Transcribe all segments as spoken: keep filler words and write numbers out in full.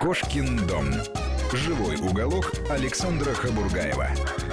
Кошкин дом. Живой уголок Александра Хабургаева.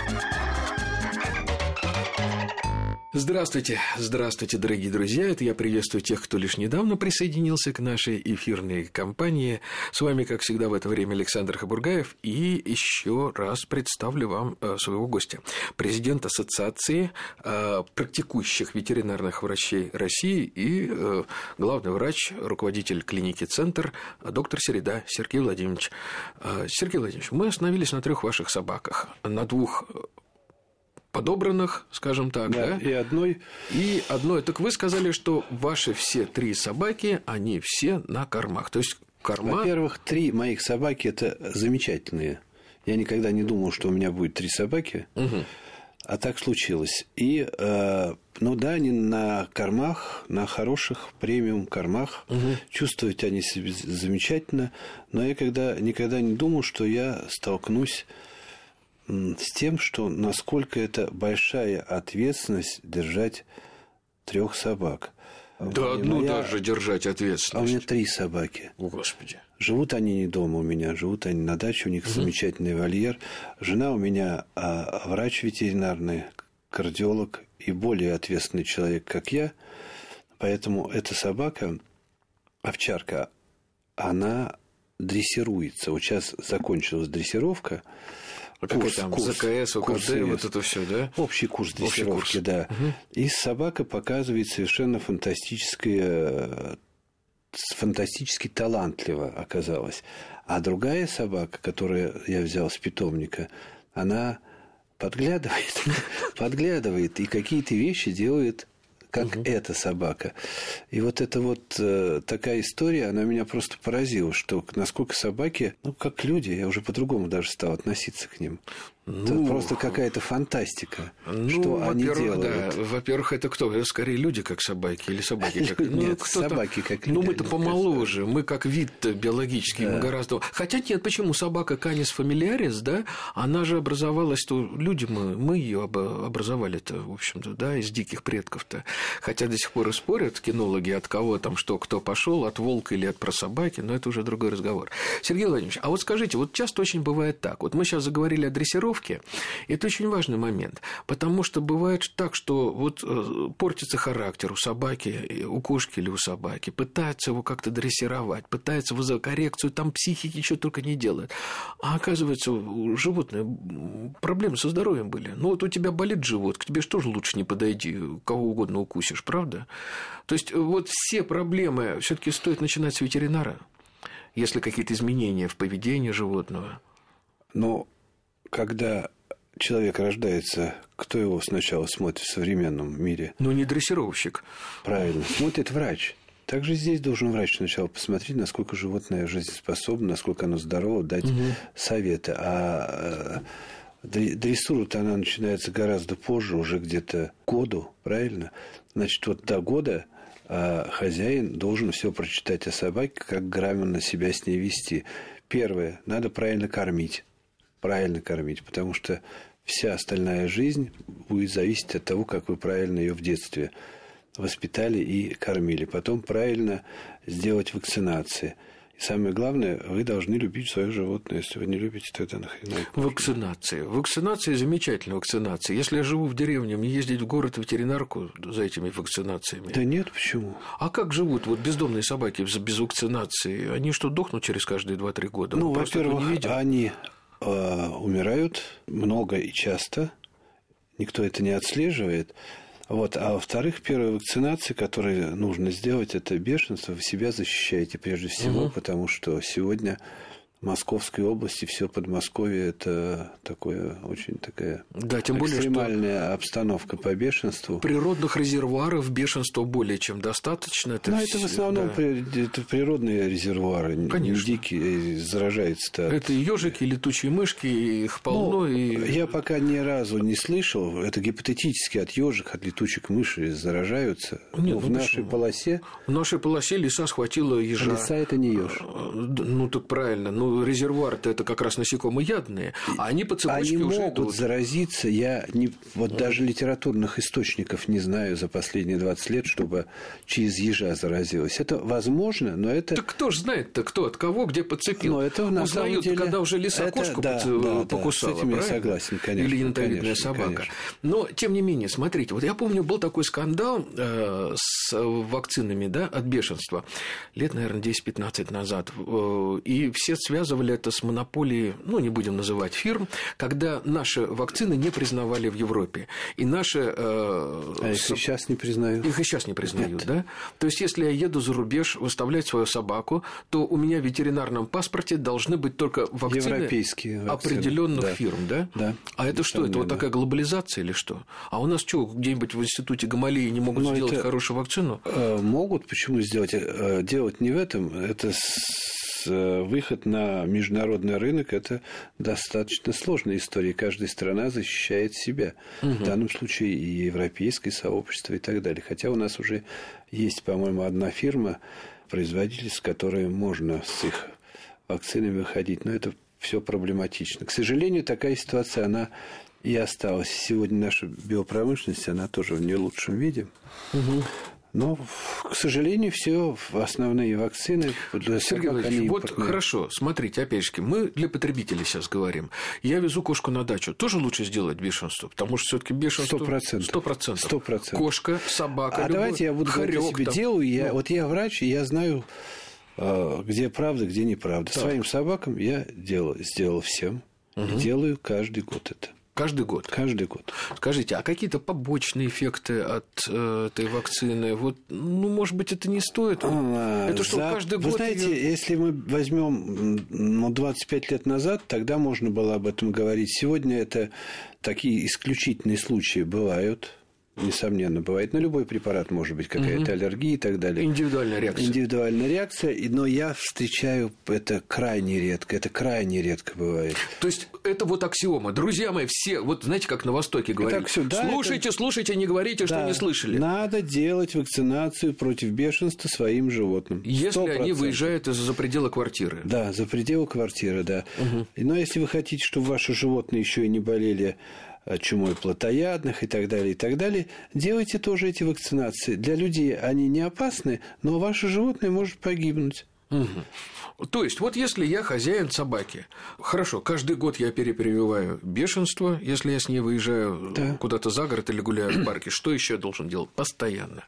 Здравствуйте, здравствуйте, дорогие друзья. Это я приветствую тех, кто лишь недавно присоединился к нашей эфирной кампании. С вами, как всегда, в это время Александр Хабургаев. И еще раз представлю вам своего гостя. Президент Ассоциации практикующих ветеринарных врачей России и главный врач, руководитель клиники «Центр», доктор Середа Сергей Владимирович. Сергей Владимирович, мы остановились на трех ваших собаках. На двух подобранных, скажем так, да, да? И одной. И одной. Так вы сказали, что ваши все три собаки, они все на кормах. То есть корма... Во-первых, три моих собаки – это замечательные. Я никогда не думал, что у меня будет три собаки, угу. А так случилось. И, э, ну да, они на кормах, на хороших премиум кормах. Угу. Чувствуют они себя замечательно. Но я когда, никогда не думал, что я столкнусь с тем, что насколько это большая ответственность держать трех собак. Да, одну моя... даже держать ответственность. А у меня три собаки. О, Господи. Живут они не дома у меня, живут они на даче, у них угу. замечательный вольер. Жена у меня а, врач ветеринарный, кардиолог и более ответственный человек, как я. Поэтому эта собака, овчарка, она дрессируется. Вот сейчас закончилась дрессировка. А какой там курс, ЗКС, ОКД, вот это все, да? Общий курс дрессировки, да. Угу. И собака показывает совершенно фантастическое, фантастически талантливо оказалась. А другая собака, которую я взял с питомника, она подглядывает, подглядывает и какие-то вещи делает, как угу. эта собака. И вот эта вот э, такая история, она меня просто поразила, что насколько собаки, ну, как люди, я уже по-другому даже стал относиться к ним. Ну, это просто какая-то фантастика, ну, что они делают. Да. Во-первых, это кто? Скорее люди, как собаки, или собаки как... Ну, нет, собаки как люди. Ну, мы-то помоложе, мы как вид биологический, да. мы гораздо... Хотя нет, почему? Собака Canis familiaris, да, она же образовалась, то люди мы, мы ее образовали-то, в общем-то, да, из диких предков-то. Хотя до сих пор и спорят кинологи, от кого там что, кто пошел, от волка или от прособаки, но это уже другой разговор. Сергей Владимирович, а вот скажите, вот часто очень бывает так, вот мы сейчас заговорили о дрессировке. Это очень важный момент, потому что бывает так, что вот портится характер у собаки, у кошки или у собаки, пытаются его как-то дрессировать, пытаются вызвать коррекцию, там психики что только не делают. А оказывается, у животных проблемы со здоровьем были. Ну вот у тебя болит живот, к тебе же тоже лучше не подойди, кого угодно укусишь, правда? То есть вот все проблемы все-таки стоит начинать с ветеринара, если какие-то изменения в поведении животного. Но когда человек рождается, кто его сначала смотрит в современном мире? Ну, не дрессировщик. Правильно, смотрит врач. Также здесь должен врач сначала посмотреть, насколько животное жизнеспособно, насколько оно здорово, дать угу. советы. А дрессура-то она начинается гораздо позже, уже где-то к году, правильно? Значит, вот до года хозяин должен все прочитать о собаке, как грамотно себя с ней вести. Первое, надо правильно кормить. Правильно кормить, потому что вся остальная жизнь будет зависеть от того, как вы правильно ее в детстве воспитали и кормили. Потом правильно сделать вакцинации. И самое главное, вы должны любить свое животное. Если вы не любите, тогда нахрена. Вакцинации. Вакцинации замечательная вакцинация. Если я живу в деревне, мне ездить в город в ветеринарку за этими вакцинациями. Да нет, почему? А как живут вот бездомные собаки без вакцинации? Они что, дохнут через каждые два-три года? Ну, во-первых, они умирают много и часто, никто это не отслеживает. Вот. А во-вторых, первая вакцинация, которую нужно сделать, это бешенство. Вы себя защищаете прежде всего, угу. потому что сегодня в Московской области, все Подмосковье, это такое, очень такая да, тем экстремальная более, обстановка по бешенству. Природных резервуаров бешенства более чем достаточно. Это ну, все, это в основном да. это природные резервуары, конечно. Не дикие, заражаются-то. Это и ежики, и летучие мышки, их полно. Ну, и... Я пока ни разу не слышал, это гипотетически от ежек, от летучих мышей заражаются. Нет, ну, в ну, нашей полосе... В нашей полосе лиса схватила ежа. Лиса – это не еж. Ну, так правильно. Ну, резервуар-то это как раз насекомоядные, а они по цепочке они уже могут идут. заразиться. Я не, вот mm. даже литературных источников не знаю за последние двадцать лет, чтобы через ежа заразилась. Это возможно, но это... Так кто ж знает-то, кто от кого, где подцепил? Но это на самом деле... когда уже лиса это... кошку да, под... да, покусала, да, с этим правильно? я согласен, конечно. Или янтовидная конечно, собака. конечно. Но, тем не менее, смотрите, вот я помню, был такой скандал э, с вакцинами, да, от бешенства, лет, наверное, десять-пятнадцать назад, э, и все связывали это с монополией, ну, не будем называть фирм, когда наши вакцины не признавали в Европе, и наши... Э, а их с... и сейчас не признают? Их и сейчас не признают, Нет. да? То есть, если я еду за рубеж выставлять свою собаку, то у меня в ветеринарном паспорте должны быть только вакцины европейские вакцины. Определенных да. фирм, да? Да. А это что? Это вот такая глобализация или что? А у нас что, где-нибудь в институте Гамалеи не могут Но сделать это, хорошую вакцину? Э, могут. Почему сделать? Э, делать не в этом. Это с, э, выход на международный рынок. Это достаточно сложная история. Каждая страна защищает себя. Угу. В данном случае и европейское сообщество и так далее. Хотя у нас уже есть, по-моему, одна фирма, производитель, с которой можно с их вакцинами выходить. Но это все проблематично. К сожалению, такая ситуация, она и осталась. Сегодня наша биопромышленность, она тоже в не лучшем виде. Угу. Но, к сожалению, все основные вакцины для Сергей собак, Владимирович, они вот импортные. хорошо, смотрите, опять же, мы для потребителей сейчас говорим. Я везу кошку на дачу, тоже лучше сделать бешенство, потому что все-таки бешенство... Сто процентов. Сто процентов. Сто процентов. Кошка, собака, А любой, давайте я буду говорить о себе. там. Делаю я... Ну. Вот я врач, и я знаю, где правда, где неправда. Так. Своим собакам я делал, сделал всем. Угу. Делаю каждый год это. Каждый год? Каждый год. Скажите, а какие-то побочные эффекты от э, этой вакцины? Вот, ну, может быть, это не стоит? А, это что, за... каждый Вы год... знаете, её... если мы возьмем ну, двадцать пять лет назад, тогда можно было об этом говорить. Сегодня это такие исключительные случаи бывают. Несомненно, бывает. На любой препарат может быть какая-то угу. аллергия и так далее. Индивидуальная реакция. Индивидуальная реакция, но я встречаю это крайне редко. Это крайне редко бывает. То есть, это вот аксиома. Друзья мои, все, вот знаете, как на Востоке говорят, все, да, слушайте, это... слушайте, не говорите, да, что не слышали. Надо делать вакцинацию против бешенства своим животным. Если сто процентов. Они выезжают из-за пределы квартиры. Да, за пределы квартиры, да. Угу. Но если вы хотите, чтобы ваши животные еще и не болели чумой плотоядных и так далее, и так далее, делайте тоже эти вакцинации. Для людей они не опасны, но ваше животное может погибнуть. Угу. То есть, вот если я хозяин собаки, хорошо, каждый год я перепрививаю бешенство, если я с ней выезжаю да. куда-то за город или гуляю в парке, что еще я должен делать? Постоянно.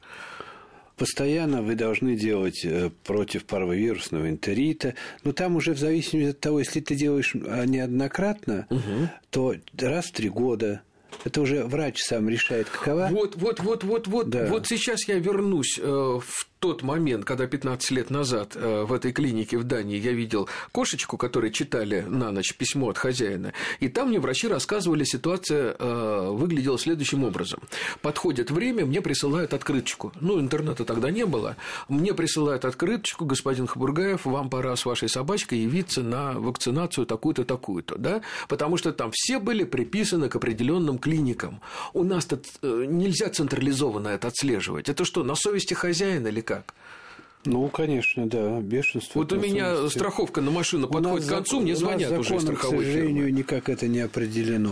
Постоянно вы должны делать против парвовирусного энтерита. Но там уже в зависимости от того, если ты делаешь неоднократно, угу. то раз в три года. Это уже врач сам решает, какова. Вот, вот, вот, вот, вот, да. вот сейчас я вернусь э, в тот момент, когда пятнадцать лет назад э, в этой клинике в Дании я видел кошечку, которой читали на ночь письмо от хозяина, и там мне врачи рассказывали, ситуация э, выглядела следующим образом. Подходит время, мне присылают открыточку. Ну, интернета тогда не было. Мне присылают открыточку: господин Хабургаев, вам пора с вашей собачкой явиться на вакцинацию такую-то, такую-то, да? Потому что там все были приписаны к определенным клиникам. У нас-то нельзя централизованно это отслеживать. Это что, на совести хозяина или как? Ну, конечно, да, бешенство. Вот у меня совести. Страховка на машину подходит к концу, мне звонят законом, уже из страховой фирмы. К сожалению, никак это не определено.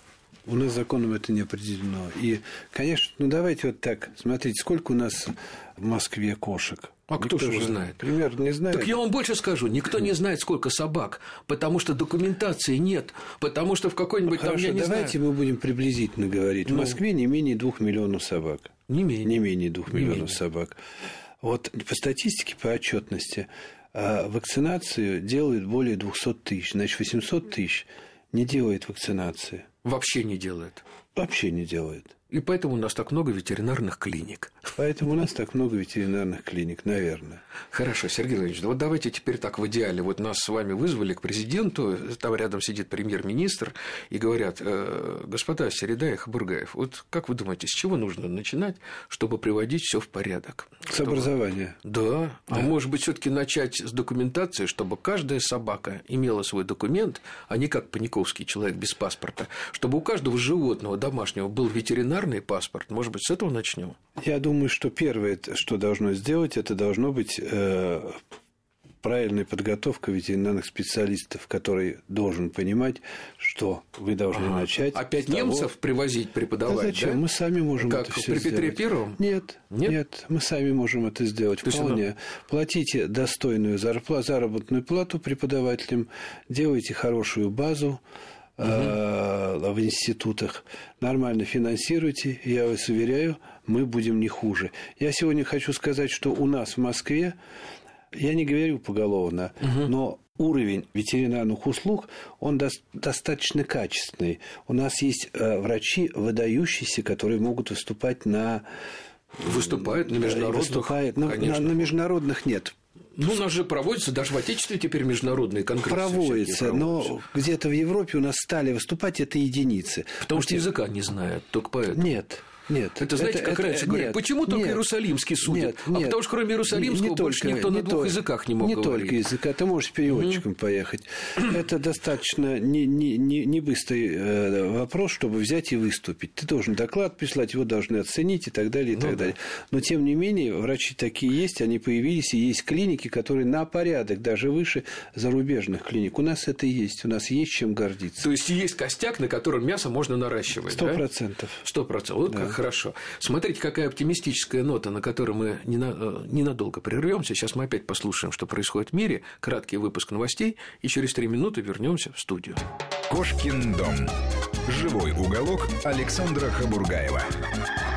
У нас законом это не определено. И, конечно, ну давайте вот так. Смотрите, сколько у нас в Москве кошек. А кто же его знает? Примерно не знает. Так я вам больше скажу, никто не знает, сколько собак, потому что документации нет, потому что в какой-нибудь Хорошо, там, я не давайте знаю... мы будем приблизительно говорить. Ну, в Москве не менее двух миллионов собак. Не менее. Не менее двух не миллионов менее. собак. Вот по статистике, по отчетности, вакцинацию делают более двухсот тысяч. Значит, восемьсот тысяч не делает вакцинации. Вообще не делает. Вообще не делает. И поэтому у нас так много ветеринарных клиник. Поэтому у нас так много ветеринарных клиник, наверное. Хорошо, Сергей Владимирович, вот давайте теперь так в идеале. Вот нас с вами вызвали к президенту, там рядом сидит премьер-министр, и говорят: господа Середа и Хабургаев, вот как вы думаете, с чего нужно начинать, чтобы приводить все в порядок? С образования. Да. да. А может быть, все-таки начать с документации, чтобы каждая собака имела свой документ, а не как паниковский человек без паспорта, чтобы у каждого животного домашнего был ветеринарный паспорт. Может быть, с этого начнем? Я думаю, что первое, что должно сделать, это должно быть э, правильная подготовка ветеринарных специалистов, который должен понимать, что вы должны ага. начать. Опять того... немцев привозить, преподавать? А зачем? Да? Мы сами можем как это все при Петре сделать. Первом? Нет, нет, нет, мы сами можем это сделать. То вполне. Оно... Платите достойную зарплату, заработную плату преподавателям, делайте хорошую базу. Угу. В институтах, нормально финансируйте, я вас уверяю, мы будем не хуже. Я сегодня хочу сказать, что у нас в Москве, я не говорю поголовно, угу. но уровень ветеринарных услуг, он до- достаточно качественный. У нас есть э, врачи выдающиеся, которые могут выступать на... Выступают на международных? Выступают, на, на, на международных нет. Ну, у нас же проводятся, даже в Отечестве теперь международные конгрессы. Проводятся, но где-то в Европе у нас стали выступать это единицы. Потому что языка не знают, только поэтому. Нет. Нет. Это знаете, это, как это, раньше говорят, почему только нет, Иерусалимский судит? Нет, а нет, потому что кроме Иерусалимского не больше только, никто на двух только, языках не мог не говорить. Не только языка, ты можешь с переводчиком угу. поехать. Это достаточно не, не, не, не быстрый э, вопрос, чтобы взять и выступить. Ты должен доклад прислать, его должны оценить и так далее, и ну, так да. далее. Но, тем не менее, врачи такие есть, они появились, и есть клиники, которые на порядок даже выше зарубежных клиник. У нас это есть, у нас есть чем гордиться. То есть, есть костяк, на котором мясо можно наращивать, Сто процентов. Сто процентов. Вот да. как хорошо. Смотрите, какая оптимистическая нота, на которой мы ненадолго прервемся. Сейчас мы опять послушаем, что происходит в мире. Краткий выпуск новостей. И через три минуты вернемся в студию. Кошкин дом. Живой уголок Александра Хабургаева.